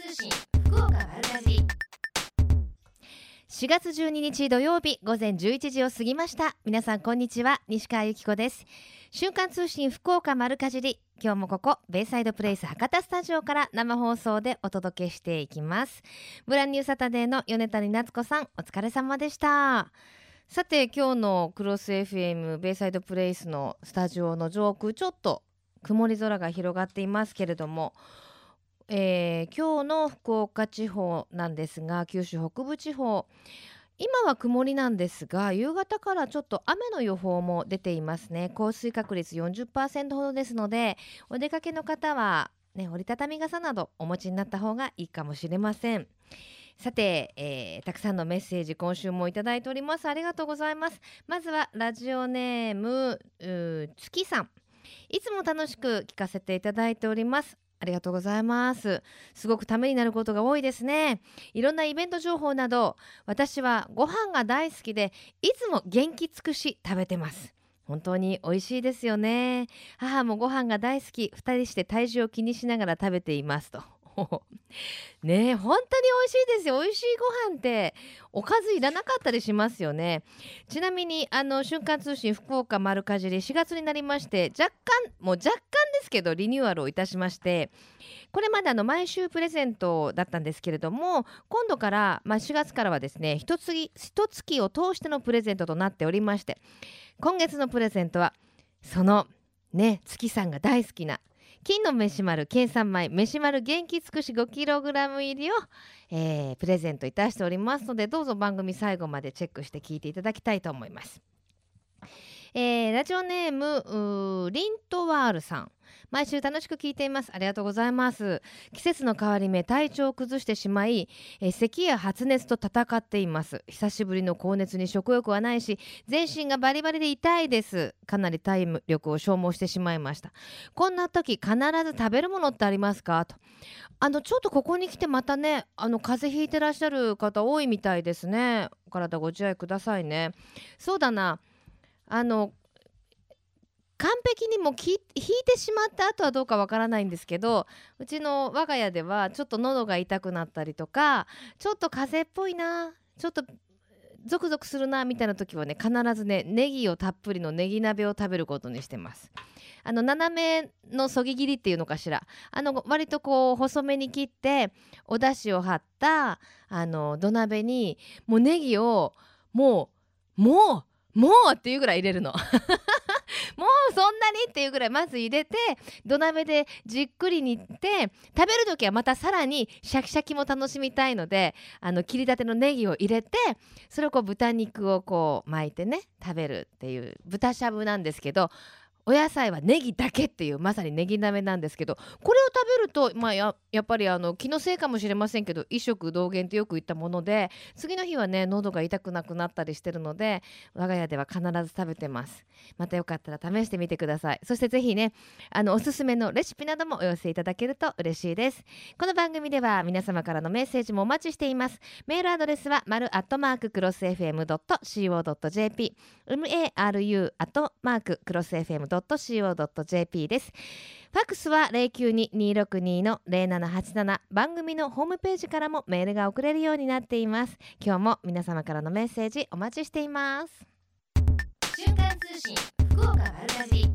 通信福岡丸かじり4月12日土曜日午前11時を過ぎました。皆さんこんにちは、西川由紀子です。瞬間通信福岡丸かじり、今日もここベイサイドプレイス博多スタジオから生放送でお届けしていきます。ブランニューサタデーの米谷夏子さん、お疲れ様でした。さて、今日のクロス FM ベイサイドプレイスのスタジオの上空、ちょっと曇り空が広がっていますけれども、今日の福岡地方なんですが、九州北部地方、今は曇りなんですが、夕方からちょっと雨の予報も出ていますね。降水確率 40% ほどですので、お出かけの方は、折りたたみ傘などお持ちになった方がいいかもしれません。さて、たくさんのメッセージ今週もいただいております。ありがとうございます。まずはラジオネーム月さん、いつも楽しく聞かせていただいております。ありがとうございます。すごくためになることが多いですね。いろんなイベント情報など、私はご飯が大好きで、いつも元気尽くし食べてます。本当に美味しいですよね。母もご飯が大好き、2人して体重を気にしながら食べていますと。ねえ、本当に美味しいですよ。美味しいご飯っておかずいらなかったりしますよね。ちなみに瞬間通信福岡丸かじり4月になりまして、若干ですけどリニューアルをいたしまして、これまで毎週プレゼントだったんですけれども、今度から、4月からはですね、一月を通してのプレゼントとなっておりまして、今月のプレゼントはその月さんが大好きな金の飯丸計算米飯丸元気尽くし 5kg 入りを、プレゼントいたしておりますので、どうぞ番組最後までチェックして聞いていただきたいと思います。ラジオネームリントワールさん、毎週楽しく聞いています。ありがとうございます。季節の変わり目、体調を崩してしまい、咳や発熱と戦っています。久しぶりの高熱に食欲はないし、全身がバリバリで痛いです。かなり体力を消耗してしまいました。こんな時必ず食べるものってありますかと。ちょっとここに来てまたね、風邪ひいてらっしゃる方多いみたいですね。お体ご自愛くださいね。そうだな、完璧にも引いてしまった後はどうかわからないんですけど、うちの我が家ではちょっと喉が痛くなったりとか、ちょっと風邪っぽいな、ちょっとゾクゾクするなみたいな時はね、必ずね、ネギをたっぷりのネギ鍋を食べることにしてます。斜めのそぎ切りっていうのかしら、割とこう細めに切ってお出汁を張った土鍋に、もうネギをもうっていうぐらい入れるのもうそんなにっていうぐらいまず入れて、土鍋でじっくり煮て、食べるときはまたさらにシャキシャキも楽しみたいので、切りたてのネギを入れて、それをこう豚肉をこう巻いてね食べるっていう豚しゃぶなんですけど、お野菜はネギだけっていうまさにネギ鍋なんですけど、これを食べると、やっぱり気のせいかもしれませんけど、医食同源とよく言ったもので、次の日はね喉が痛くなくなったりしてるので、我が家では必ず食べてます。またよかったら試してみてください。そしてぜひね、おすすめのレシピなどもお寄せいただけると嬉しいです。この番組では皆様からのメッセージもお待ちしています。メールアドレスはmaru@crossfm.co.jp maru@crossfm.co.jpです。ファックスは 092-262-0787、番組のホームページからもメールが送れるようになっています。今日も皆様からのメッセージお待ちしています。瞬間通信福岡丸かじり、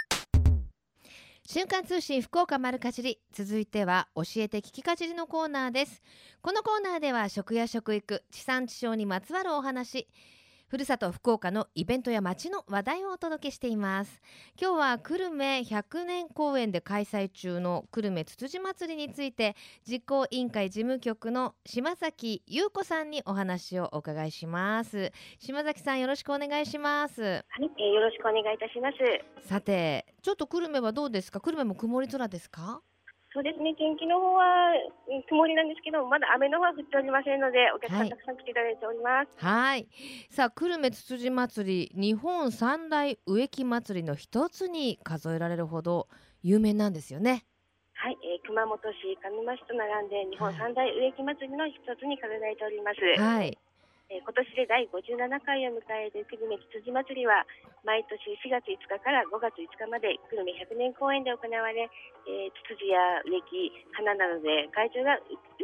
瞬間通信福岡丸かじり、続いては教えて聞きかじりのコーナーです。このコーナーでは食や食育、地産地消にまつわるお話、ふるさと福岡のイベントや街の話題をお届けしています。今日は久留米100年公園で開催中の久留米つつじ祭りについて、実行委員会事務局の島崎優子さんにお話をお伺いします。島崎さん、よろしくお願いします。はい、 よろしくお願いいたします。 さて、ちょっと久留米はどうですか？久留米も曇り空ですか？ そうですね、天気の方は曇りなんですけど、まだ雨の方は降っておりませんので、お客さんたくさん来ていただいております。 はい。さあ、久留米つつじ祭り、日本三大植木祭りの一つに数えられるほど有名なんですよね。 はい、熊本市鹿沼市と並んで日本三大植木祭りの一つに数えられております。はい。今年で第57回を迎える久留米つつじ祭りは、毎年4月5日から5月5日まで久留米100年公園で行われ、つつじや植木、花などで会場が植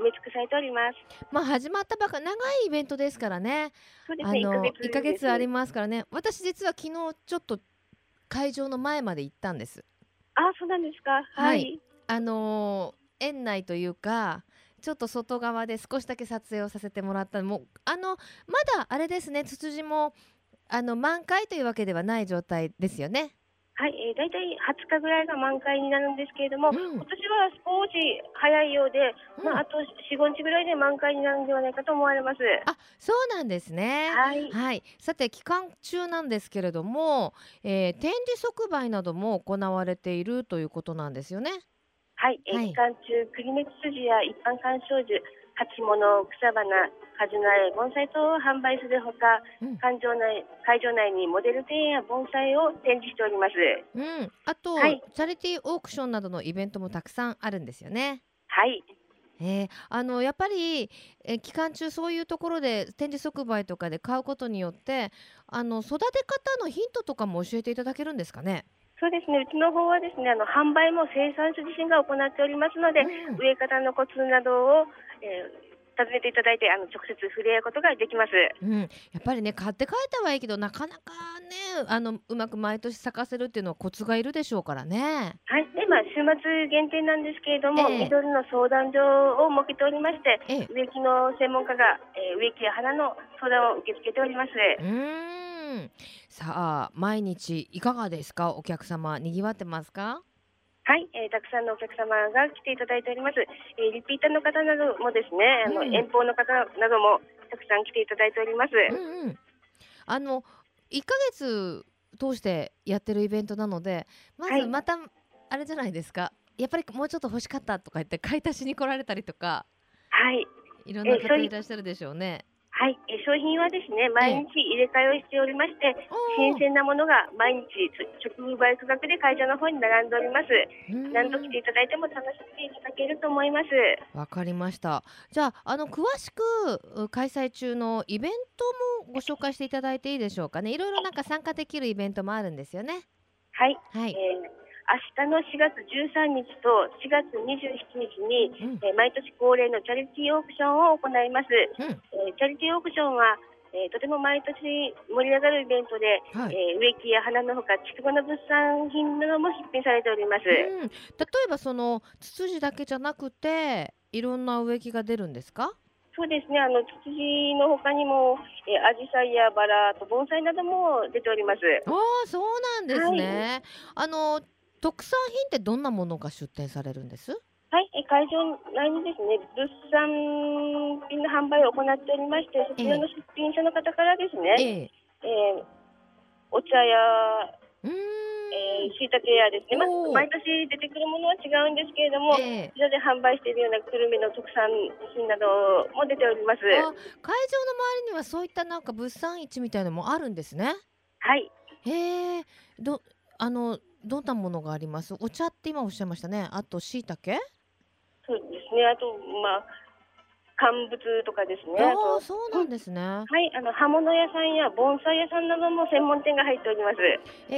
埋め尽くされております。 始まったばかり長いイベントですからね。 そうですね、 1ヶ月ありますからね。私実は昨日ちょっと会場の前まで行ったんです。 そうなんですか。はい。 園内というかちょっと外側で少しだけ撮影をさせてもらったのもまだあれですね、ツツジも満開というわけではない状態ですよね。 はい、だいたい20日ぐらいが満開になるんですけれども、今年は少し早いようで、あと4、5日ぐらいで満開になるんではないかと思われます。 そうなんですね。 はい。 さて期間中なんですけれども、展示即売なども行われているということなんですよね。 はい、期間中、栗目ツツジや一般観賞樹、鉢物、草花、果樹苗、盆栽等を販売するほか、会場内にモデル庭園や盆栽を展示しております。 あと、チャリティーオークションなどのイベントもたくさんあるんですよね。 はい。 やっぱり、期間中そういうところで展示即売とかで買うことによって育て方のヒントとかも教えていただけるんですかね。 そうですね、うちの方はですね、販売も生産者自身が行っておりますので、植え方のコツなどを、尋ねていただいて直接触れ合うことができます。 やっぱりね、買って帰ったはいいけどなかなかねうまく毎年咲かせるっていうのはコツがいるでしょうからね。 はい、で週末限定なんですけれども、緑の相談所を設けておりまして、植木の専門家が、植木や花の相談を受け付けております。 さあ毎日いかがですか、お客様にぎわってますか。 はい、たくさんのお客様が来ていただいております。リピーターの方などもですね、遠方の方などもたくさん来ていただいております。 1ヶ月通してやってるイベントなので、またあれじゃないですか、やっぱりもうちょっと欲しかったとか言って買い足しに来られたりとか、いろんな方いらっしゃるでしょうね。 はい、商品はですね、毎日入れ替えをしておりまして、新鮮なものが毎日直売価格で会場の方に並んでおります。何度来ていただいても楽しんでいただけると思います。 わかりました。じゃあ詳しく開催中のイベントもご紹介していただいていいでしょうかね。いろいろなんか参加できるイベントもあるんですよね。 はい。明日の4月13日と4月27日に、毎年恒例のチャリティーオークションを行います。チャリティーオークションは、とても毎年盛り上がるイベントで、植木や花のほか筑後の物産品なども出品されております。 例えばそのツツジだけじゃなくていろんな植木が出るんですか。 そうですね、ツツジのほかにも、アジサイやバラと盆栽なども出ております。 そうなんですね。特産品ってどんなものが出展されるんです？ はい、会場内にですね、物産品の販売を行っておりまして、そちらの出品者の方からですね、お茶やしいたけやですね、毎年出てくるものは違うんですけれども、こちらで販売しているような久留米の特産品なども出ております。 会場の周りにはそういったなんか物産市みたいなのもあるんですね。 はい。 どんなものがあります？お茶って今おっしゃいましたね。あとしいたけ？ そうですね。あと乾物とかですね。 そうなんですね。 はい、葉物屋さんや盆栽屋さんなども専門店が入っております。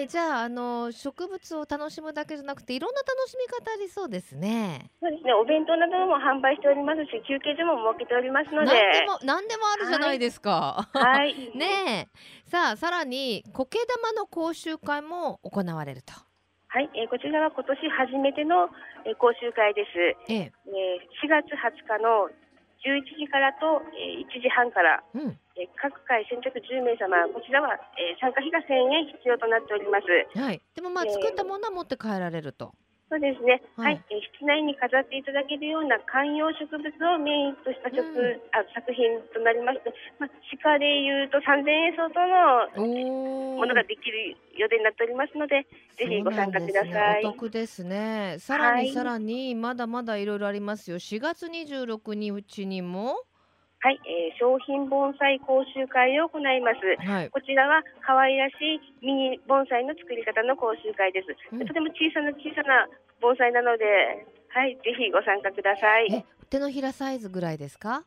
じゃあ植物を楽しむだけじゃなくていろんな楽しみ方ありそうですね。 そうですね。お弁当なども販売しておりますし、休憩所も設けておりますので。 何でもあるじゃないですか。 はい。 ねえ。さあさらに苔玉の講習会も行われると。 はい、こちらは今年初めての、講習会です。4月20日の11時からと、1時半から、各回先着10名様、こちらは、参加費が1000円必要となっております。 でも作ったものは持って帰られると。 そうですね。室内に飾っていただけるような観葉植物をメインとした作品となりまして、鹿でいうと3000円相当のものができる予定になっておりますので、ぜひご参加ください。 お得ですね。さらにまだまだいろいろありますよ。4月26日にも商品盆栽講習会を行います。こちらは可愛らしいミニ盆栽の作り方の講習会です。とても小さな盆栽なので、ぜひご参加ください。 手のひらサイズぐらいですか？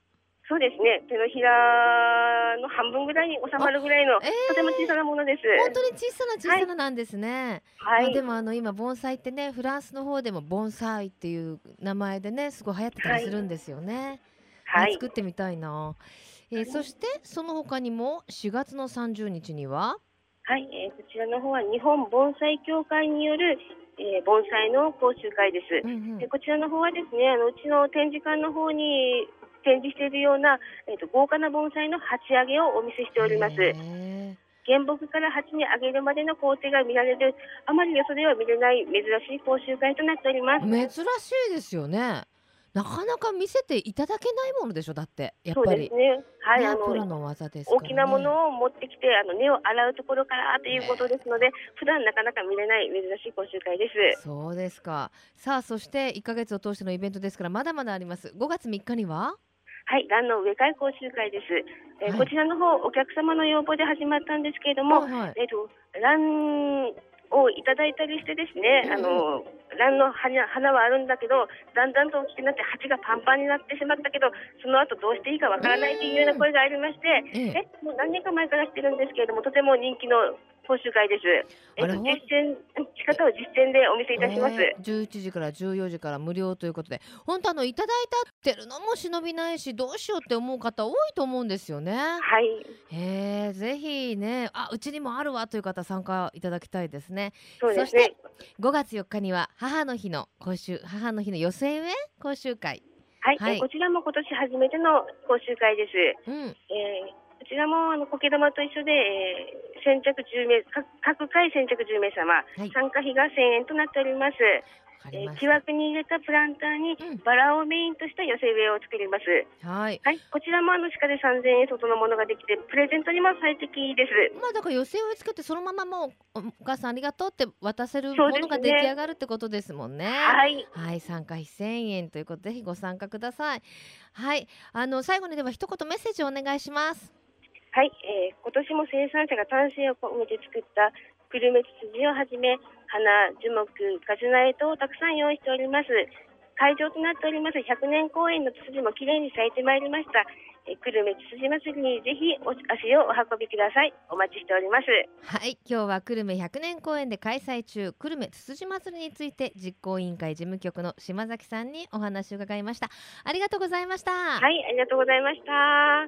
そうですね。手のひらの半分ぐらいに収まるぐらいの、とても小さなものです。 本当に小さななんですね。 はい。 でも今盆栽ってね、フランスの方でも盆栽っていう名前でね、すごい流行ってたりするんですよね。 はい。 作ってみたいな。そしてその他にも4月の30日には、 はい、こちらの方は日本盆栽協会による、盆栽の講習会です。 うんうん、 こちらの方はですね、うちの展示館の方に展示しているような、豪華な盆栽の鉢上げをお見せしております。 へ原木から鉢に上げるまでの工程が見られる、あまりよそでは見れない珍しい講習会となっております。 珍しいですよね。なかなか見せていただけないものでしょ、だってやっそうぱりですね。はい、 ね、プロの技です大からね。 きなものを持ってきて、根を洗うところからということですので、普段なかなか見れない珍しい講習会です。 そうですか。さあ、そして1ヶ月を通してのイベントですから、まだまだあります。5月3日には、 はい、ランの植え替え講習会です。 はい、 こちらの方、お客様の要望で始まったんですけれども、 はいはい。 ランをいただいたりしてですね、 うんうん。 ランの花はあるんだけど、だんだんと大きくなって鉢がパンパンになってしまったけど、その後どうしていいかわからないというような声がありまして、 ええ。 もう何年か前からしてるんですけれども、とても人気の講習会です。 あれ仕方を実践でお見せいたします。 11時から14時から無料ということで、本当いただいたってるのも忍びないし、どうしようって思う方多いと思うんですよね。 はい。 ぜひね、うちにもあるわという方参加いただきたいですね。そしてそうですね。 5月4日には母の日の寄せ植え講習会。 はい、 はい。 こちらも今年初めての講習会です。 うん。 こちらも苔玉と一緒で、先着10名、各回先着10名様、 はい。 参加費が1000円となっております。 わかりま木した。 枠に入れたプランターにうん。 バラをメインとした寄せ植えを作ります。 はい。 はい、こちらも鹿で3000円外のものができて、プレゼントにも最適です。 だから寄せ植えつけてそのままもうお母さんありがとうって渡せるそうものが出来ですね。 上がるってことですもんね。 はい。 はい、参加費1000円ということで、ぜひご参加ください。はい、最後にでは一言メッセージをお願いします。 はい、今年も生産者が丹精を込めて作った久留米ツツジをはじめ、花、樹木、ガジュナイトをたくさん用意しております。会場となっております100年公園のツツジもきれいに咲いてまいりました。久留米ツツジ祭りにぜひ足をお運びください。お待ちしております。 はい、今日は久留米100年公園で開催中、久留米つつじ祭りについて実行委員会事務局の島崎さんにお話を伺いました。ありがとうございました。 はい、ありがとうございました。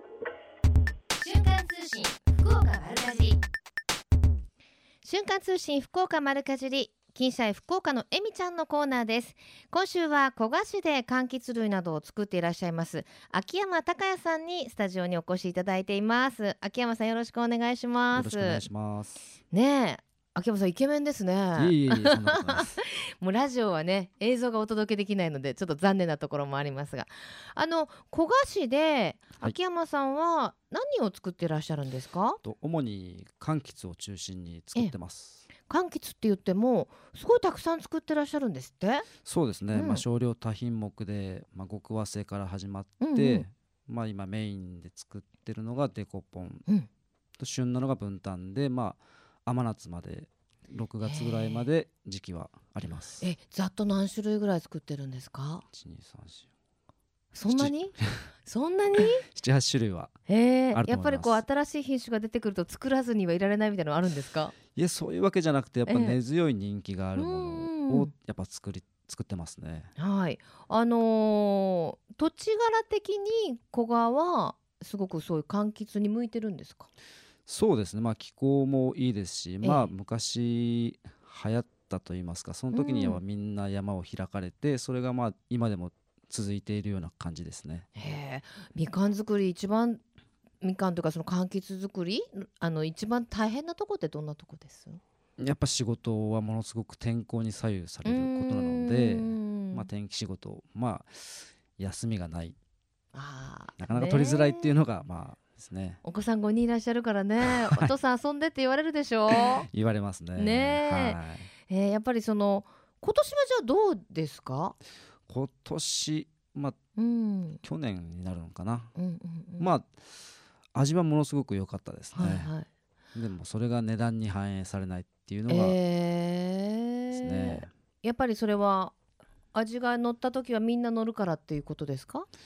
瞬間通信福岡丸かじり。瞬間通信福岡丸かじり、金シャイ福岡のえみちゃんのコーナーです。今週は古河市で柑橘類などを作っていらっしゃいます秋山孝也さんにスタジオにお越しいただいています。秋山さん、よろしくお願いします。 よろしくお願いします。 ねえ、秋山さんイケメンですね。 そんなことないです。 もうラジオはね、映像がお届けできないのでちょっと残念なところもありますが、古河市ではい、 秋山さんは何を作っていらっしゃるんですか？ 主に柑橘を中心に作ってます。 柑橘って言ってもすごいたくさん作ってらっしゃるんですって。 そうですね、 うん少量多品目で、極早生から始まって、 うん今メインで作ってるのがデコポン、 うん。 旬なのが文旦で、甘夏まで6月ぐらいまで時期はあります。 ざっと何種類ぐらい作ってるんですか？ 1、2、3、4、 そんなにそんなに 7、8種類はあると思います。 やっぱり新しい品種が出てくると作らずにはいられないみたいなのあるんですか？ いや、そういうわけじゃなくて、やっぱ根強い人気があるものをやっぱ作ってますね。 はい。土地柄的に古河はすごくそういう柑橘に向いてるんですか？ そうですね、気候もいいですし、 ええ昔流行ったといいますか、その時にはみんな山を開かれて、それが今でも続いているような感じですね。 みかん作り、一番みかんというかその柑橘作り、一番大変なとこってどんなとこです？ やっぱ仕事はものすごく天候に左右されることなので、天気仕事、休みがない、なかなか取りづらいっていうのがですね。 お子さん5人いらっしゃるからねお父さん遊んでって言われるでしょ言われますね。 ねえ、やっぱり今年はじゃあどうですか？ 今年、去年になるのかな、味はものすごく良かったですね。でもそれが値段に反映されないっていうのがですね。 やっぱりそれは味が乗った時はみんな乗るからっていうことですか？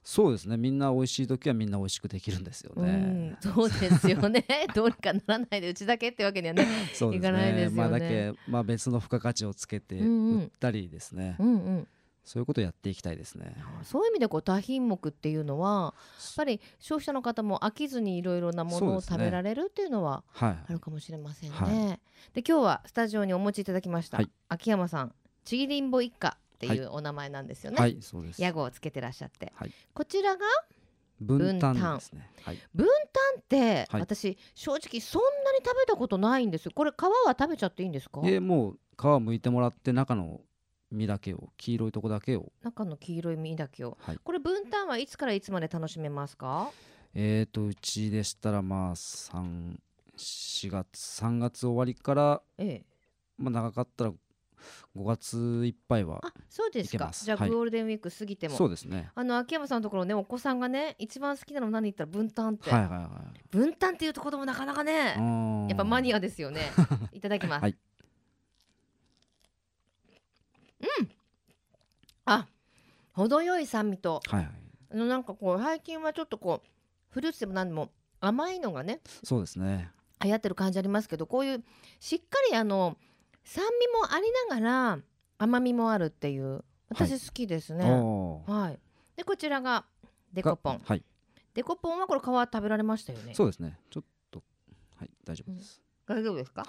そうですね、みんな美味しい時はみんな美味しくできるんですよね。 そうですよねどうにかならないでうちだけってわけにはねそうですね、 いかないですよね。 だけ、別の付加価値をつけて売ったりですね、そういうことをやっていきたいですね。 そういう意味で多品目っていうのはやっぱり消費者の方も飽きずにいろいろなものを食べられるっていうのはあるかもしれませんね。で今日はスタジオにお持ちいただきました、秋山さんちぎりんぼ一家っていうお名前なんですよね。 そうです。 屋号をつけてらっしゃって、こちらが文旦ですね。 文旦って、私正直そんなに食べたことないんですよ。これ皮は食べちゃっていいんですか？ もう皮を剥いてもらって中の実だけを、黄色いとこだけを、 中の黄色い実だけを、これ文旦はいつからいつまで楽しめますか？ うちでしたら3月終わりから、長かったら5月いっぱいは。 そうですか。じゃあゴールデンウィーク過ぎても、 そうですね。 秋山さんのところね、お子さんがね一番好きなの何言ったら文旦って、文旦っていうと子供なかなかねやっぱマニアですよねいただきます。程よい酸味と、なんか最近はちょっとフルーツでも何でも甘いのがね、 そうですね、 流行ってる感じありますけど、こういうしっかり酸味もありながら甘みもあるっていう私好きですね。でこちらがデコポン。デコポンはこれ皮食べられましたよね？ そうですね、ちょっと大丈夫です。 大丈夫ですか？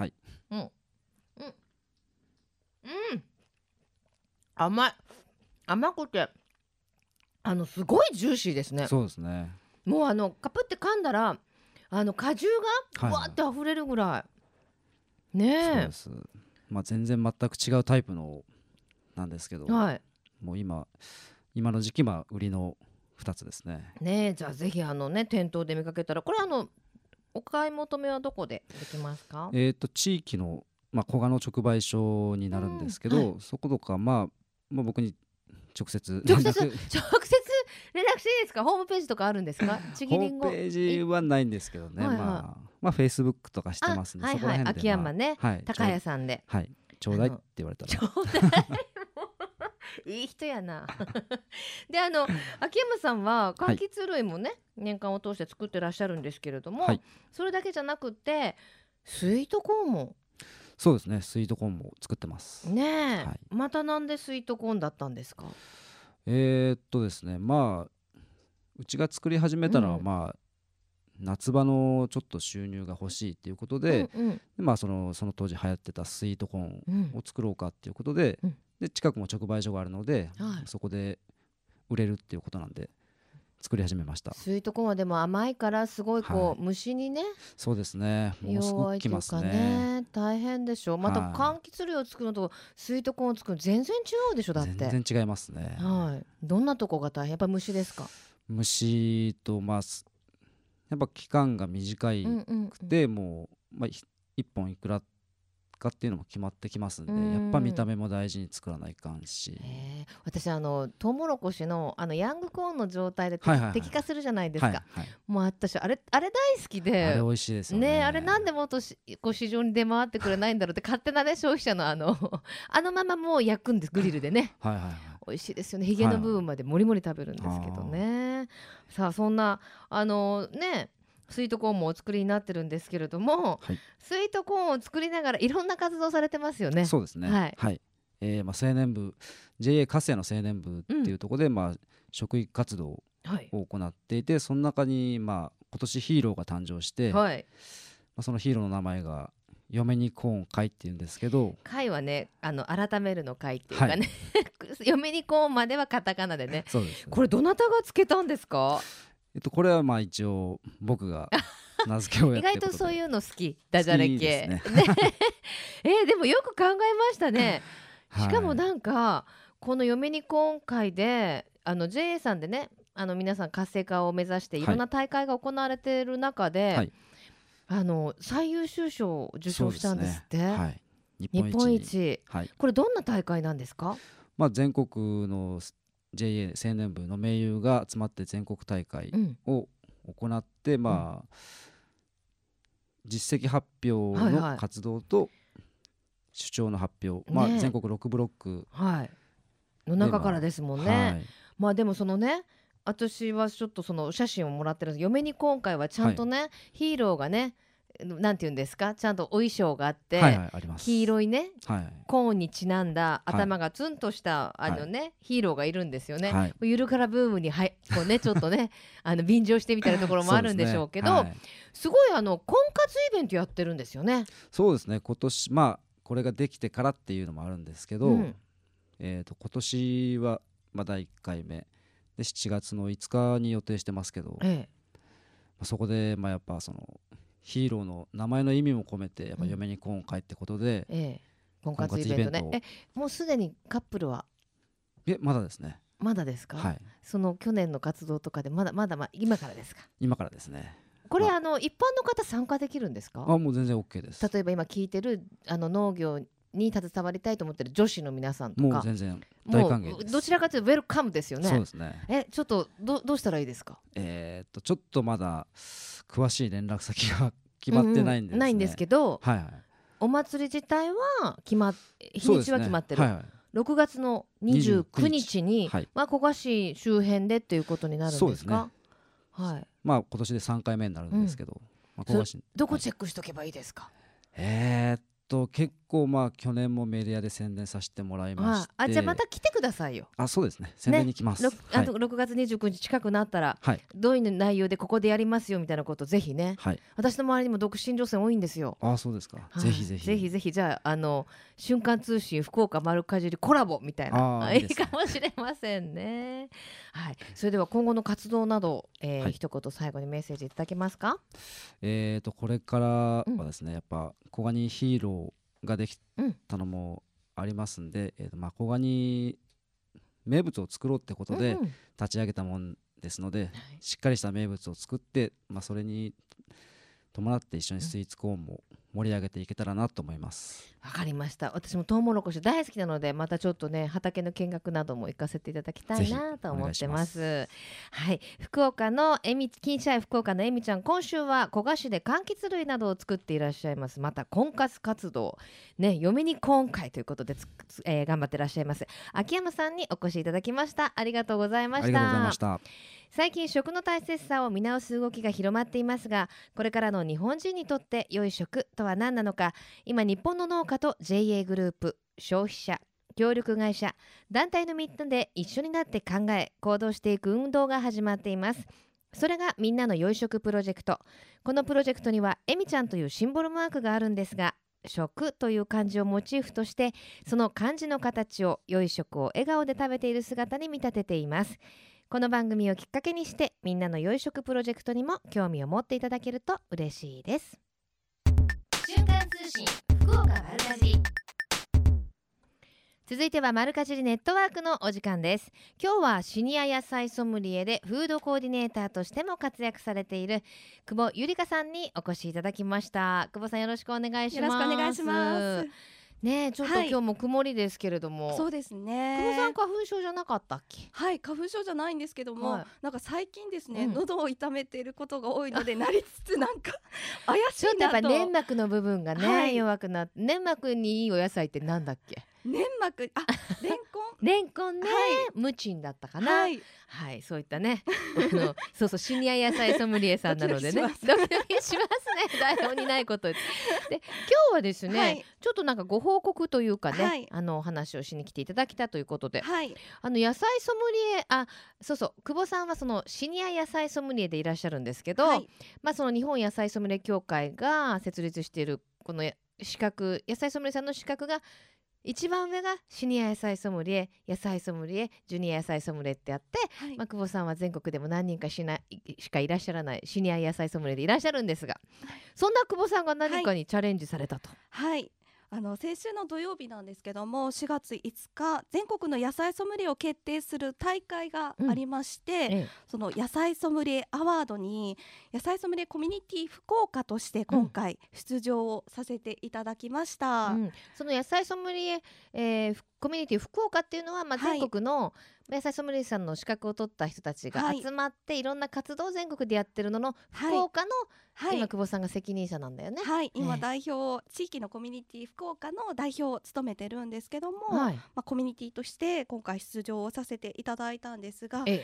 甘くてすごいジューシーですね。 そうですね。 もうカプって噛んだら果汁がわーって溢れるぐらいねえ。 そうです。全然全く違うタイプのなんですけど、もう今の時期売りの2つですね。 じゃあぜひ店頭で見かけたら、これお買い求めはどこでできますか？ 地域の古賀の直売所になるんですけど、そことか僕に直接連絡していいですか？ホームページとかあるんですか？ ホームページはないんですけどね、Facebook とかしてますね。そこら辺で秋山ね、高谷さんでちょうだいって言われたら、 ちょうだいいい人やなで秋山さんは柑橘類もね、年間を通して作ってらっしゃるんですけれども、それだけじゃなくてスイートコーンも。 そうですね、スイートコーンも作ってますね。またなんでスイートコーンだったんですか？ ですね、うちが作り始めたのは夏場のちょっと収入が欲しいっていうことで、その当時流行ってたスイートコーンを作ろうかっていうことで、近くも直売所があるので、そこで売れるっていうことなんで作り始めました。 スイートコーンはでも甘いからすごい虫にね、 そうですね、ものすごくきますね。 大変でしょ。また柑橘類を作るのとスイートコーンを作るの全然違うでしょ。だって全然違いますね。 どんなとこが大変？やっぱ虫ですか？ 虫とやっぱ期間が短くて、もう1本いくらかっていうのも決まってきますんで、やっぱ見た目も大事に作らないかんし。 私トウモロコシのヤングコーンの状態で摘果するじゃないですか。もう私あれ大好きで、 あれ美味しいですよね。 あれなんでもっと市場に出回ってくれないんだろうって勝手なね消費者のあのままもう焼くんです、グリルでね。美味しいですよね。ヒゲの部分までもりもり食べるんですけどね。さあそんなスイートコーンもお作りになってるんですけれども、スイートコーンを作りながらいろんな活動されてますよね。 そうですね。青年部 JA 粕谷の青年部っていうところで、食育活動を行っていて、その中に今年ヒーローが誕生して、そのヒーローの名前が嫁にコーン会っていうんですけど、 会はね改めるの会っていうかね、嫁にコーンまではカタカナでね。 そうです。 これどなたがつけたんですか？ これは一応僕が名付けをやって意外とそういうの好き、ダジャレ系ね。でもよく考えましたね。しかもなんかこの嫁にコーン会でJA さんでね皆さん活性化を目指していろんな大会が行われている中で、最優秀賞を受賞したんですって。日本一。これどんな大会なんですか？ 全国のJA 青年部の盟友が集まって全国大会を行って、実績発表の活動と主張の発表、全国6ブロックの中からですもんね。でもそのね私はちょっとその写真をもらってるんです。嫁に今回はちゃんとね、ヒーローがね、なんていうんですか、ちゃんとお衣装があって、あります。黄色いね、コーンにちなんだ頭がツンとしたヒーローがいるんですよね。ゆるキャラブームにこうねちょっとね便乗してみたいなところもあるんでしょうけど、すごい婚活イベントやってるんですよね。 そうですね。今年これができてからっていうのもあるんですけど、今年は第1回目で7月の5日に予定してますけど、そこでやっぱそのヒーローの名前の意味も込めてやっぱ嫁に今回ってことで、 婚活イベントね。もうすでにカップルはまだですね。 まだですか。その去年の活動とかでまだ今からですか。 今からですね。 これ一般の方参加できるんですか。 もう全然 OK です。 例えば今聞いてる農業に携わりたいと思ってる女子の皆さんとか、 もう全然大歓迎です。 どちらかというとウェルカムですよね。 そうですね。 ちょっとどうしたらいいですか。 ちょっとまだ詳しい連絡先が決まってないんですね。 ないんですけど、お祭り自体は日にちは決まってる。6月の29日に古賀市周辺でっていうことになるんですか。今年で3回目になるんですけど、 どこチェックしとけばいいですか。 結構去年もメディアで宣伝させてもらいまして、 じゃあまた来てくださいよ。 そうですね、宣伝に来ます。 あと6月29日近くなったら、どういう内容でここでやりますよみたいなことぜひね、私の周りにも独身女性多いんですよ。 そうですか。ぜひぜひじゃあ瞬間通信福岡丸かじりコラボみたいな、いいかもしれませんね。それでは今後の活動など、一言最後にメッセージいただけますか。 これからはですね、やっぱ古賀にヒーローができたのもありますんで、古賀に名物を作ろうってことで立ち上げたもんですので、しっかりした名物を作って、それに伴って一緒にスイーツコーンも盛り上げていけたらなと思います。 わかりました。私もトウモロコシ大好きなので、またちょっとね畑の見学なども行かせていただきたいなと思ってます。福岡の金シャイ福岡のえみちゃん、今週は古賀市で柑橘類などを作っていらっしゃいます。また婚活活動ね、嫁に今回ということで頑張ってらっしゃいます秋山さんにお越しいただきました。ありがとうございました。 ありがとうございました。 最近食の大切さを見直す動きが広まっていますが、これからの日本人にとって良い食とは何なのか、今日本の農家と JA グループ、消費者、協力会社、団体のみんなで一緒になって考え行動していく運動が始まっています。それがみんなの良い食プロジェクト。このプロジェクトにはえみちゃんというシンボルマークがあるんですが、食という漢字をモチーフとして、その漢字の形を良い食を笑顔で食べている姿に見立てています。この番組をきっかけにして、みんなの良い食プロジェクトにも興味を持っていただけると嬉しいです。瞬間通信福岡丸かじり。続いては丸かじりネットワークのお時間です。今日はシニア野菜ソムリエでフードコーディネーターとしても活躍されている久保ゆりかさんにお越しいただきました。久保さん、よろしくお願いします。 よろしくお願いしますね。ちょっと今日も曇りですけれども、 そうですね。 久保さん、花粉症じゃなかったっけ。 花粉症じゃないんですけども、なんか最近ですね、喉を痛めていることが多いので、なりつつなんか怪しいなと。 ちょっとやっぱ粘膜の部分がね、弱くなって、粘膜にいいお野菜ってなんだっけ。 粘膜、レンコンレンコンね、ムチンだったかな。そういったねそうシニア野菜ソムリエさんなのでね、ドキドキしますね、台本にないことで。今日はですね、ちょっとなんかご報告というかね、お話をしに来ていただきたということで、野菜ソムリエ、久保さんはそのシニア野菜ソムリエでいらっしゃるんですけど、その日本野菜ソムリエ協会が設立しているこの資格、野菜ソムリエさんの資格が一番上がシニア野菜ソムリエ、野菜ソムリエ、ジュニア野菜ソムリエってあって、久保さんは全国でも何人かしかいらっしゃらないシニア野菜ソムリエでいらっしゃるんですが、そんな久保さんが何かにチャレンジされたと。 先週の土曜日なんですけども、4月5日全国の野菜ソムリエを決定する大会がありまして、その野菜ソムリエアワードに野菜ソムリエコミュニティ福岡として今回出場をさせていただきました。 その野菜ソムリエ、コミュニティ福岡っていうのは、全国の野菜ソムリエさんの資格を取った人たちが集まって、いろんな活動を全国でやってるのの福岡の、今久保さんが責任者なんだよね。 今代表、地域のコミュニティ福岡の代表を務めてるんですけども、コミュニティとして今回出場をさせていただいたんですが、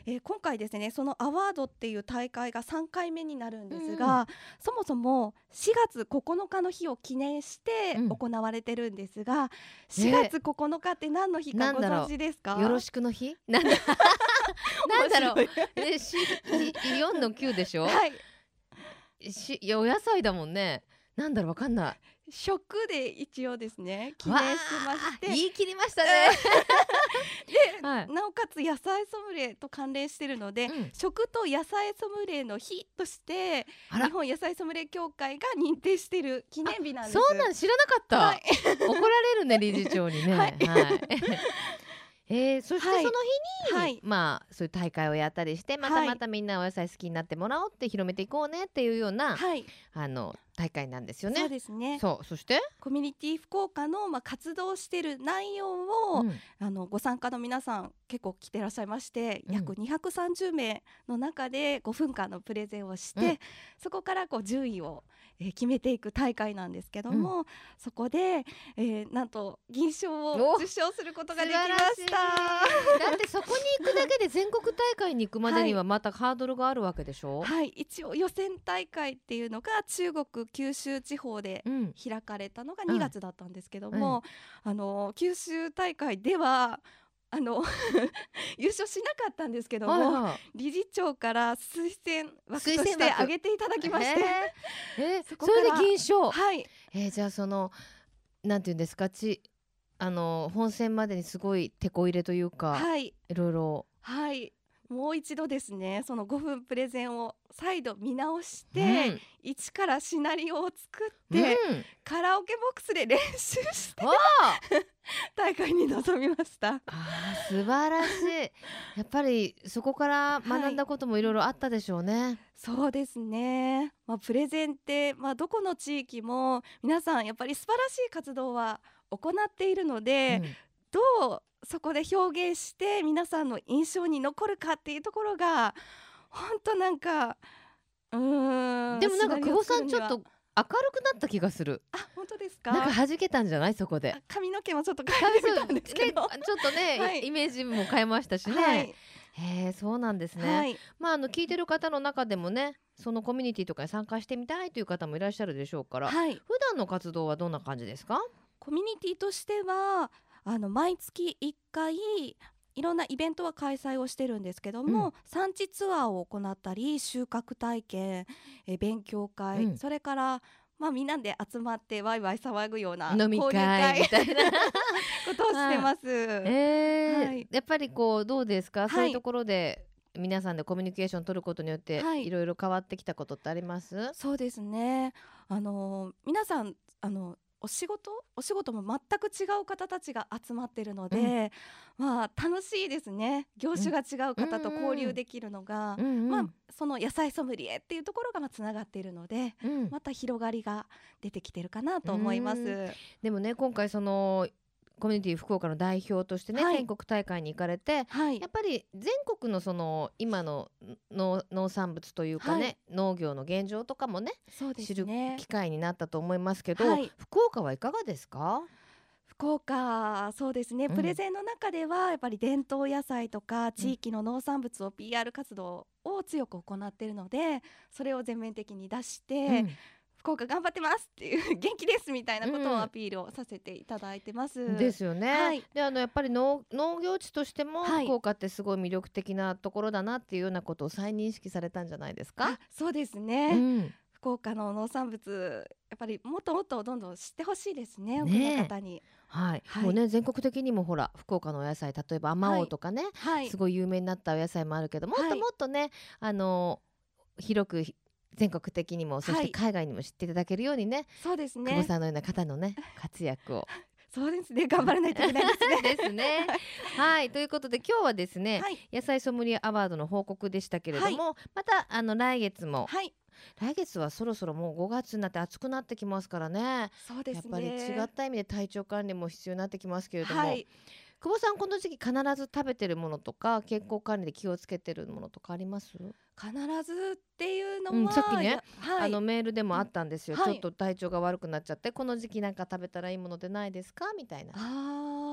今回ですね、そのアワードっていう大会が3回目になるんですが、そもそも4月9日の日を記念して行われてるんですが、4月9日って何の日かご存知ですか？ よろしくの日なんだろう4の9でしょ。 はい、 お野菜だもんね。なんだろう、わかんない。 食で一応ですね記念しまして、 言い切りましたねで、はい、なおかつ野菜ソムリエと関連しているので、食と野菜ソムリエの日として日本野菜ソムリエ協会が認定している記念日なんです。 そうなん、知らなかった、はい、怒られるね理事長にね。はいそしてその日に、はい、まあそういう大会をやったりして、またみんなお野菜好きになってもらおうって広めていこうねっていうような、はい、大会なんですよね。 そうですね。 そしてコミュニティ福岡の、活動している内容を、ご参加の皆さん結構来てらっしゃいまして、約230名の中で5分間のプレゼンをして、そこから順位を決めていく大会なんですけども、そこで、なんと銀賞を受賞することができました。 だってそこに行くだけで全国大会に行くまでにはまたハードルがあるわけでしょ。 はい、一応予選大会っていうのが中国九州地方で開かれたのが2月だったんですけども、九州大会では優勝しなかったんですけども、理事長から推薦枠として挙げていただきまして、 それで銀賞。 はい、 じゃあなんていうんですか、本戦までにすごいテこ入れというか、はい、いろいろ、 はい、もう一度ですね、その5分プレゼンを再度見直して、一からシナリオを作って、カラオケボックスで練習して大会に臨みました。 素晴らしい。やっぱりそこから学んだこともいろいろあったでしょうね。 そうですね、プレゼンって、どこの地域も皆さんやっぱり素晴らしい活動は行っているので、どうそこで表現して皆さんの印象に残るかっていうところが本当なんかでもなんか久保さんちょっと明るくなった気がする。 本当ですか？ なんか弾けたんじゃない？そこで髪の毛もちょっと変えてみたんですけど、 ちょっとね、イメージも変えましたしね。そうなんですね。聞いてる方の中でもね、そのコミュニティとかに参加してみたいという方もいらっしゃるでしょうから、普段の活動はどんな感じですか？ コミュニティとしては毎月1回いろんなイベントは開催をしてるんですけども、産地ツアーを行ったり、収穫体験、勉強会、それからみんなで集まってワイワイ騒ぐような飲み会みたいなことをしてます。 やっぱりどうですか、そういうところで皆さんでコミュニケーション取ることによっていろいろ変わってきたことってあります？ そうですね、皆さんお仕事も全く違う方たちが集まってるので、楽しいですね。業種が違う方と交流できるのが、その野菜ソムリエっていうところがつながっているので、また広がりが出てきてるかなと思います。 でもね、今回そのコミュニティ福岡の代表としてね、全国大会に行かれて、やっぱり全国のその今の農産物というかね、農業の現状とかもね、知る機会になったと思いますけど、福岡はいかがですか？ 福岡、そうですね、プレゼンの中ではやっぱり伝統野菜とか地域の農産物を PR 活動を強く行っているので、それを全面的に出して、福岡頑張ってますっていう元気ですみたいなことをアピールをさせていただいてます。 ですよね。でやっぱり農業地としても福岡ってすごい魅力的なところだなっていうようなことを再認識されたんじゃないですか？ そうですね、福岡の農産物やっぱりもっともっとどんどん知ってほしいですね、多くの方に。 もうね、全国的にもほら福岡のお野菜、例えばあまおうとかね、すごい有名になったお野菜もあるけど、もっともっとね、広く全国的にも、そして海外にも知っていただけるようにね、 そうですね、 久保さんのような方のね活躍をそうですね、頑張らないといけないですね。 ですね。ということで今日はですね、野菜ソムリエアワードの報告でしたけれども、また来月も、来月はそろそろもう5月になって暑くなってきますからね。 そうですね、 やっぱり違った意味で体調管理も必要になってきますけれども、久保さんこの時期必ず食べてるものとか健康管理で気をつけてるものとかあります？ 必ずっていうのは、 さっきね、メールでもあったんですよ、ちょっと体調が悪くなっちゃってこの時期なんか食べたらいいものでないですかみたいな。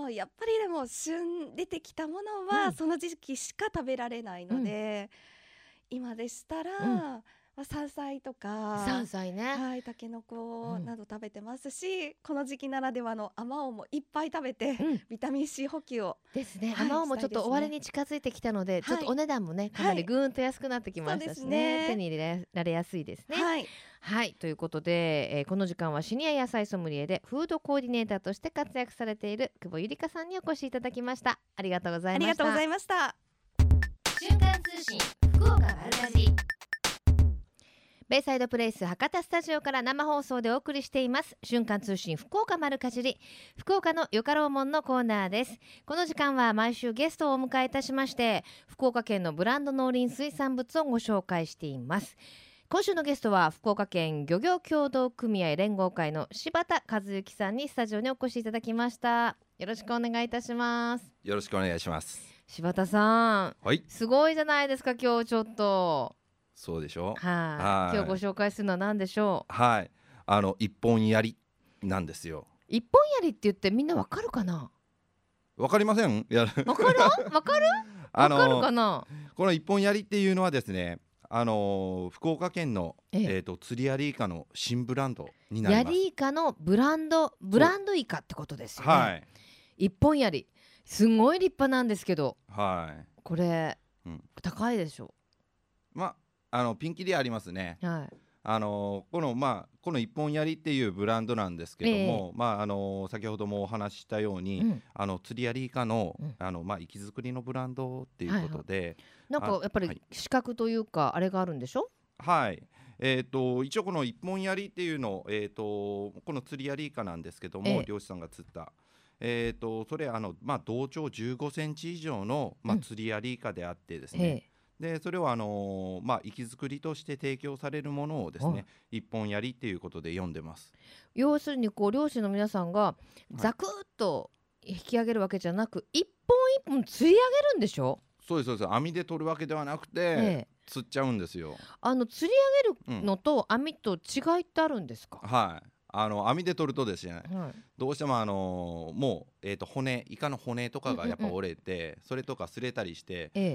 やっぱりでも旬出てきたものはその時期しか食べられないので、今でしたら、山菜とか山菜ね、 はい、タケノコなど食べてますし、この時期ならではのあまおうもいっぱい食べて、ビタミン C 補給をですね。あまおうもちょっと終わりに近づいてきたので、ちょっとお値段もねかなりぐーんと安くなってきましたしね、手に入れられやすいですね。はい、ということで、この時間はシニア野菜ソムリエでフードコーディネーターとして活躍されている久保ゆりかさんにお越しいただきました。ありがとうございました。 ありがとうございました。 瞬間通信福岡丸かじり、ベイサイドプレイス博多スタジオから生放送でお送りしています瞬間通信福岡丸かじり、福岡のよかろうもんのコーナーです。この時間は毎週ゲストをお迎えいたしまして、福岡県のブランド農林水産物をご紹介しています。今週のゲストは福岡県漁業協同組合連合会の柴田和幸さんにスタジオにお越しいただきました。よろしくお願いいたします。 よろしくお願いします。 柴田さん、はい、すごいじゃないですか今日。ちょっとそうでしょう。 今日ご紹介するのは何でしょう。 はい、一本槍なんですよ。 一本槍って言ってみんなわかるかな。 わかりません。 わかるわかるわかるかな。 この一本槍っていうのはですね、福岡県の、釣り槍イカの新ブランドになります。 槍イカのブランドイカってことですよね。 はい。 一本槍すごい立派なんですけど、 はい。 これ、高いでしょ。 ピンキリありますね。 はい。 この一本槍っていうブランドなんですけども、先ほどもお話ししたように、釣り槍イカの、息づくりのブランドっていうことで、 なんかやっぱり資格というかあれがあるんでしょ。 はい。一応この一本槍っていうの、この釣り槍イカなんですけども、漁師さんが釣った。それ同長15センチ以上の、釣り槍イカであってですね、でそれを息づくりとして提供されるものをですね、一本槍っていうことで読んでます。 要するにこう漁師の皆さんがザクッと引き上げるわけじゃなく、一本一本釣り上げるんでしょ。 そうですそうです。網で取るわけではなくて、釣っちゃうんですよ。 釣り上げるのと網と違いってあるんですか。 はい。網で取るとですね、どうしてももう、骨、イカの骨とかがやっぱ折れて、それとか擦れたりして、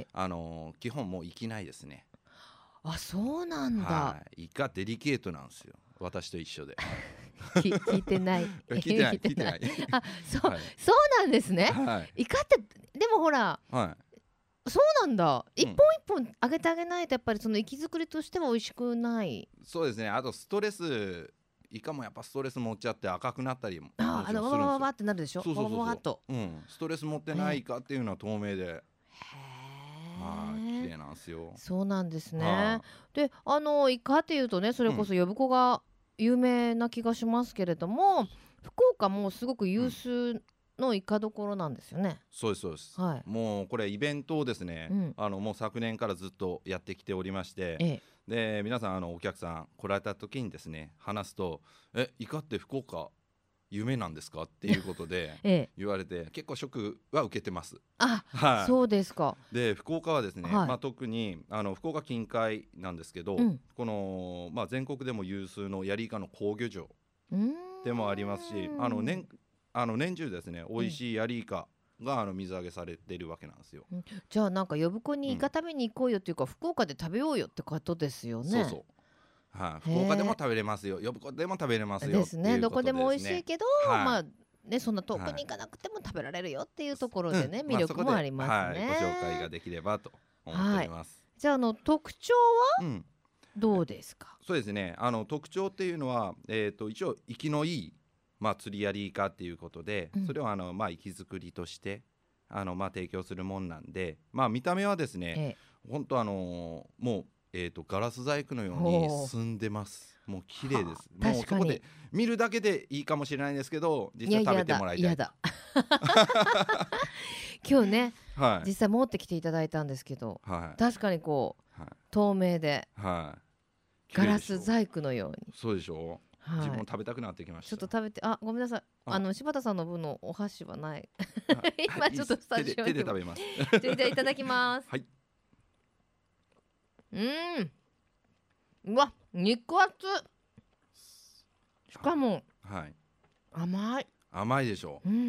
基本もう生きないですね。 あ、そうなんだ。 はい。イカデリケートなんですよ。私と一緒で。 聞いてない。 聞いてない。 あ、そうなんですね。イカってでもほら。そうなんだ。一本一本あげてあげないとやっぱりその息づくりとしては美味しくない。 そうですね。あとストレス。イカもやっぱストレス持っちゃって赤くなったりもするんですよ。 わわわってなるでしょ。 そうストレス持ってないイカっていうのは透明で、綺麗なんですよ。 そうなんですね。で、イカっていうとね、それこそ呼子が有名な気がしますけれども、福岡もすごく有数のイカどころなんですよね。 そうですそうです。もうこれイベントをですね、もう昨年からずっとやってきておりまして。で皆さんお客さん来られた時にですね話すとイカって福岡有名なんですかっていうことで言われて結構ショックは受けてます。 そうですか。 で福岡はですね、特に福岡近海なんですけど、この、全国でも有数のヤリイカの好漁場でもありますし、年中ですね美味しいヤリイカが水揚げされているわけなんですよ。 じゃあなんか呼子にイカ食べに行こうよっていうか、福岡で食べようよってことですよね。 そう、福岡でも食べれますよ、呼子でも食べれますよですね。どこでも美味しいけど、そんな遠くに行かなくても食べられるよっていうところでね、魅力もありますね。 ご紹介ができればと思っております。 じゃあ特徴はどうですか。 そうですね。特徴っていうのは一応生きのいい釣り槍イカっていうことで、それを息づくりとして提供するもんなんで、見た目はですね、本当もうガラス細工のように澄んでます。もう綺麗です。もうそこで見るだけでいいかもしれないんですけど、実際食べてもらいたい。 やだ今日ね、実際持ってきていただいたんですけど、確かにこう透明でガラス細工のように。 そうでしょう。自分も食べたくなってきました。 ちょっと食べて、ごめんなさい。柴田さんの分のお箸はない。今ちょっとスタジオ手で食べます。 じゃあいただきます。 はい。 うわ、肉厚。しかもはい。 甘い。 甘いでしょう。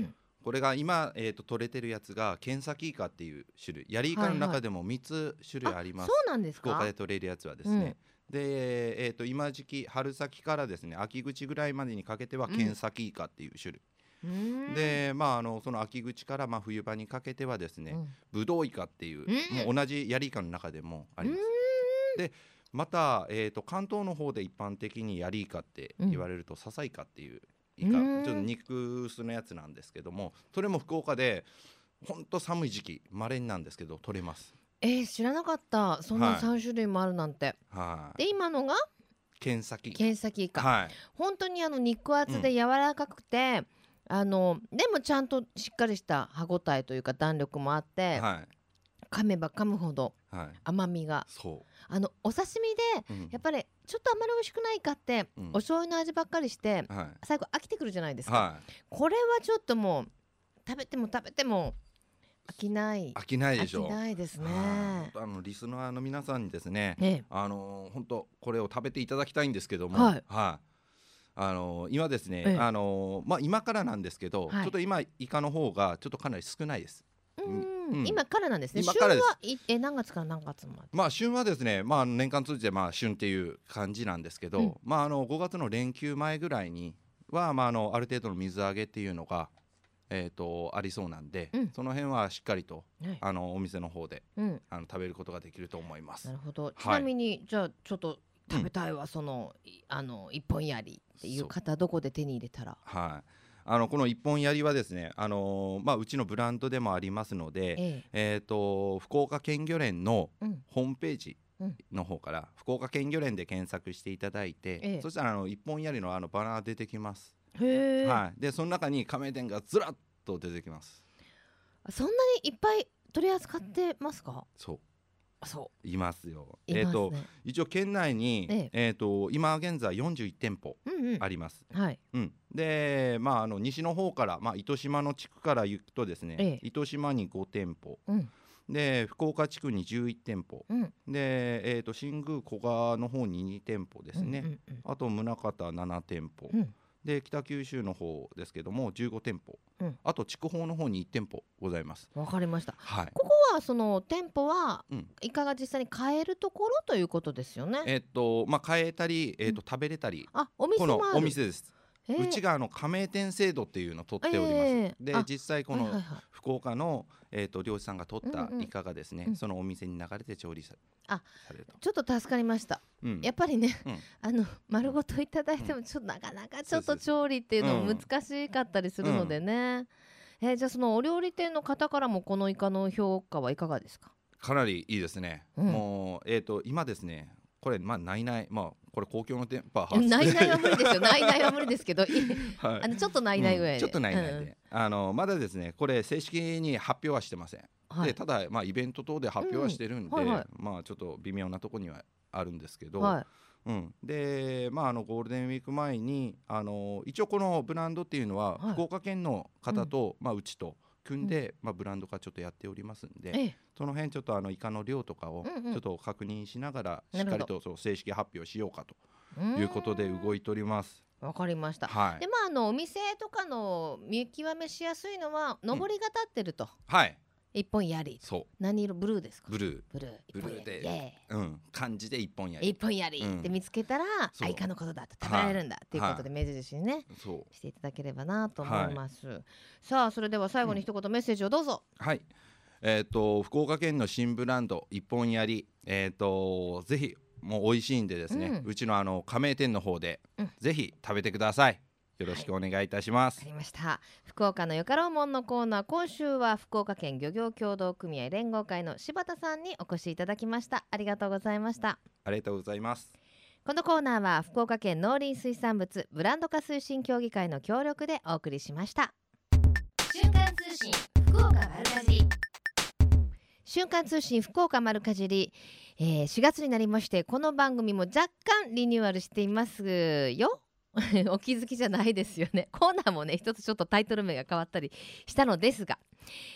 これが今、取れてるやつがケンサキイカっていう種類、ヤリイカの中でも3つ種類あります。 そうなんですか。 福岡で取れるやつはですね、で、今時期春先からですね秋口ぐらいまでにかけてはケンサキイカっていう種類、で、その秋口から冬場にかけてはですね、ブドウイカっていう、もう同じヤリイカの中でもあります。でまた、関東の方で一般的にヤリイカって言われるとササイカっていうイカ、ちょっと肉薄のやつなんですけども、それも福岡でほんと寒い時期稀になんですけど取れます。 知らなかった、そんな3種類もあるなんて。で今のがケンサキイカ、本当に肉厚で柔らかくて、でもちゃんとしっかりした歯ごたえというか弾力もあって、噛めば噛むほど甘みが、お刺身でやっぱりちょっとあまり美味しくないかって、お醤油の味ばっかりして、最後飽きてくるじゃないですか。これはちょっともう食べても飽きないでしょ。飽きないですね。 リスナーの皆さんにですね、本当これを食べていただきたいんですけども、今ですね、今からなんですけど、ちょっと今イカの方がちょっとかなり少ないです。 今からなんですね。 今からです。 旬は何月から何月まで？ 旬はですね、年間通じて旬っていう感じなんですけど、5月の連休前ぐらいには、ある程度の水揚げっていうのがありそうなんで、その辺はしっかりと、お店の方で、食べることができると思います。 なるほど。ちなみに、じゃあちょっと食べたいわ、その一本やりっていう方、どこで手に入れたら？ この一本やりはですね、うちのブランドでもありますので、福岡県漁連のホームページの方から、福岡県漁連で検索していただいて、そしたら一本やりのバナー出てきます。でその中に加盟店がずらっと出てきます。 そんなにいっぱい取り扱ってますか？ いますよ。一応県内に、今現在41店舗あります。で西の方から、糸島の地区から行くとですね、糸島に5店舗、で福岡地区に11店舗、で、新宮古賀の方に2店舗ですね、あと宗像7店舗、で北九州の方ですけども15店舗、あと筑豊の方に1店舗ございます。 わかりました。ここはその店舗はイカが実際に買えるところということですよね。 買えたり、食べれたり、 お店もある。 このお店です。うちが加盟店制度っていうのを取っております。で実際この福岡の、漁師さんが取ったイカがですね、そのお店に流れて調理されると。 ちょっと助かりました。やっぱりね、丸ごといただいてもちょっとなかなかちょっと調理っていうのも難しかったりするのでね。じゃあそのお料理店の方からもこのイカの評価はいかがですか？ かなりいいですね。もう今ですね、これないこれ公共の店舗ないは無理ですよ。ないは無理ですけど、ちょっとないぐらいで、 ちょっとないで、まだですねこれ正式に発表はしてません。でただイベント等で発表はしてるんで、ちょっと微妙なところにはあるんですけど、でゴールデンウィーク前に一応このブランドっていうのは福岡県の方と、うちと組んで、ブランド化ちょっとやっておりますんで、その辺ちょっとイカの量とかをちょっと確認しながら、しっかりと正式発表しようかということで動いております。 わかりました。でお店とかの見極めしやすいのは上りが立ってると。一本やり。何色？ブルーですか？ ブルーで、漢字で一本やり。 一本やりって見つけたら、イカのことだと食べられるんだっていうことで目印にね、していただければなと思います。さあそれでは最後に一言メッセージをどうぞ。 福岡県の新ブランド一本やり、ぜひもう美味しいんでですね、うちの加盟店の方でぜひ食べてください。よろしくお願いいたします。 わかりました。福岡のよかろうもんのコーナー、今週は福岡県漁業協同組合連合会の柴田さんにお越しいただきました。ありがとうございました。 ありがとうございます。 このコーナーは福岡県農林水産物ブランド化推進協議会の協力でお送りしました。瞬間通信福岡丸かじり。瞬間通信福岡丸かじり、4月になりまして、この番組も若干リニューアルしていますよ。お気づきじゃないですよね。コーナーもね一つちょっとタイトル名が変わったりしたのですが、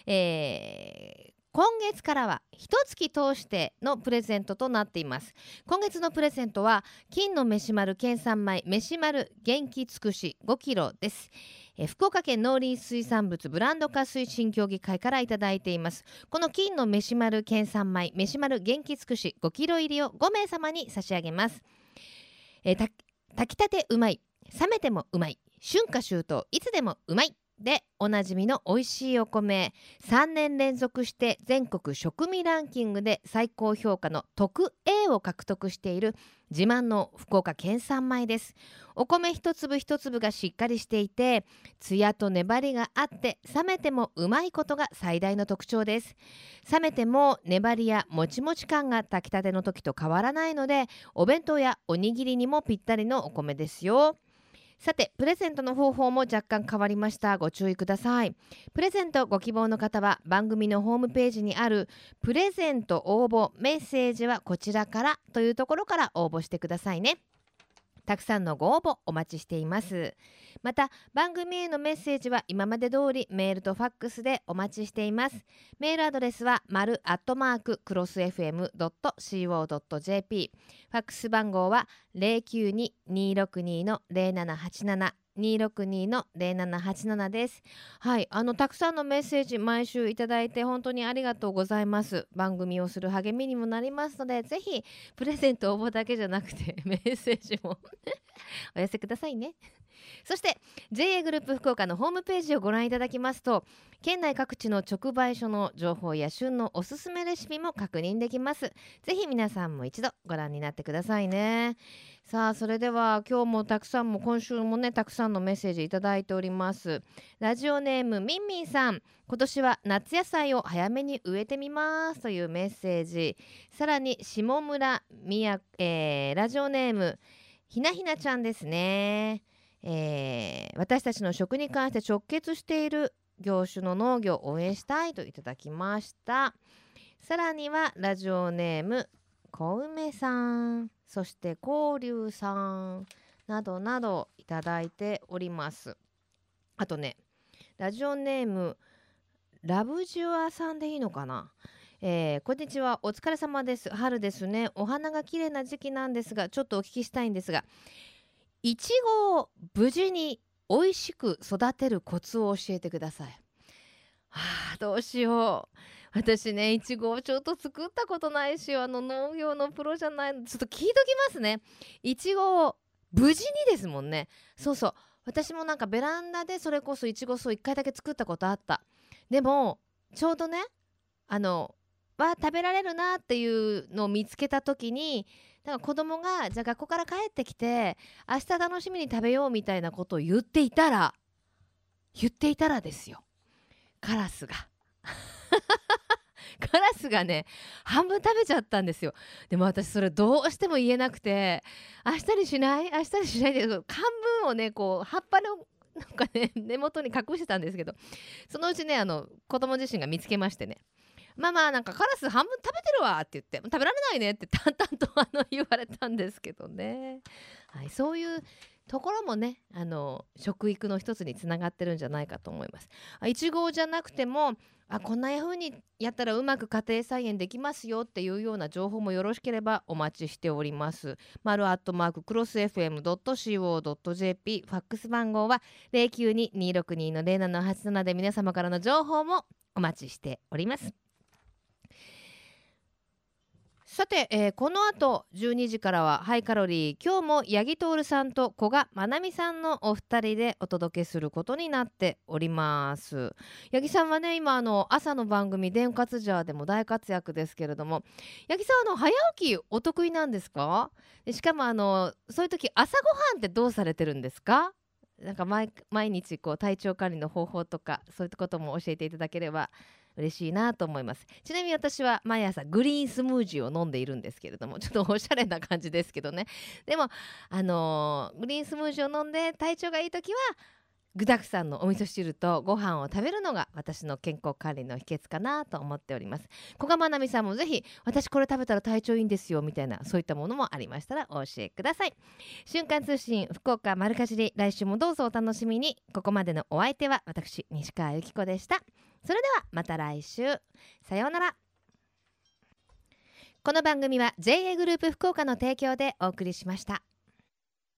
今月からは一月通してのプレゼントとなっています。今月のプレゼントは金の飯丸県産米飯丸元気つくし5キロです。 福岡県農林水産物ブランド化推進協議会からいただいています。この金の飯丸県産米飯丸元気尽くし5キロ入りを5名様に差し上げます。炊きたてうまい、冷めてもうまい、春夏秋冬いつでもうまいでおなじみの美味しいお米、3年連続して全国食味ランキングで最高評価の特 A を獲得している自慢の福岡県産米です。お米一粒一粒がしっかりしていて、つやと粘りがあって冷めてもうまいことが最大の特徴です。冷めても粘りやもちもち感が炊きたての時と変わらないので、お弁当やおにぎりにもぴったりのお米ですよ。さて、プレゼントの方法も若干変わりました。ご注意ください。プレゼントご希望の方は番組のホームページにあるプレゼント応募メッセージはこちらからというところから応募してくださいね。たくさんのご応募お待ちしています。また番組へのメッセージは今まで通りメールとファックスでお待ちしています。メールアドレスは丸@crossfm.co.jp、 ファックス番号は 092-262-0787262-0787 です。はい、たくさんのメッセージ毎週いただいて本当にありがとうございます。番組をする励みにもなりますので、ぜひプレゼント応募だけじゃなくてメッセージもお寄せくださいね。そして JA グループ福岡のホームページをご覧いただきますと、県内各地の直売所の情報や旬のおすすめレシピも確認できます。ぜひ皆さんも一度ご覧になってくださいね。さあ、それでは今日も今週もねたくさんのメッセージいただいております。ラジオネームみんみんさん、今年は夏野菜を早めに植えてみますというメッセージ。さらに下村みや、ラジオネームひなひなちゃんですね。私たちの食に関して直結している業種の農業を応援したいといただきました。さらにはラジオネーム小梅さん、そして交流さんなどなどいただいております。あとね、ラジオネームラブジュアさんでいいのかな。こんにちは、お疲れ様です。春ですね。お花が綺麗な時期なんですが、ちょっとお聞きしたいんですが、いちごを無事に美味しく育てるコツを教えてください。どうしよう。私ね、いちごをちょっと作ったことないし、農業のプロじゃないのでちょっと聞いときますね。いちごを無事にですもんね。そうそう、私もなんかベランダでそれこそいちご酢を1回だけ作ったことあった。でもちょうどね、食べられるなっていうのを見つけた時に、なんか子供がじゃあ学校から帰ってきて明日楽しみに食べようみたいなことを言っていたらですよ、カラスがね半分食べちゃったんですよ。でも私それどうしても言えなくて、明日にしないで漢文をねこう葉っぱのなんかね根元に隠してたんですけど、そのうちね子供自身が見つけましてね、ママなんかカラス半分食べてるわって言って、食べられないねって淡々と言われたんですけどね。はい、そういうところもね食育の一つにつながってるんじゃないかと思います。いちごじゃなくてもこんな風にやったらうまく家庭菜園できますよっていうような情報もよろしければお待ちしております。maru@crossfm.co.jp、 ファックス番号は 092-262-0787 で皆様からの情報もお待ちしております。さて、この後12時からはハイカロリー、今日も八木徹さんと古賀まなみさんのお二人でお届けすることになっております。八木さんはね今朝の番組電活ジャーでも大活躍ですけれども、八木さん早起きお得意なんですか？でしかもそういう時朝ごはんってどうされてるんですか？なんか毎日体調管理の方法とかそういったことも教えていただければ嬉しいなと思います。ちなみに私は毎朝グリーンスムージーを飲んでいるんですけれども、ちょっとおしゃれな感じですけどね。でもグリーンスムージーを飲んで体調がいい時は具沢山のお味噌汁とご飯を食べるのが私の健康管理の秘訣かなと思っております。古賀まなみさんもぜひ私これ食べたら体調いいんですよみたいなそういったものもありましたらお教えください。瞬間通信福岡丸かじり、来週もどうぞお楽しみに。ここまでのお相手は私西川由紀子でした。それではまた来週、さようなら。この番組は JA グループ福岡の提供でお送りしました。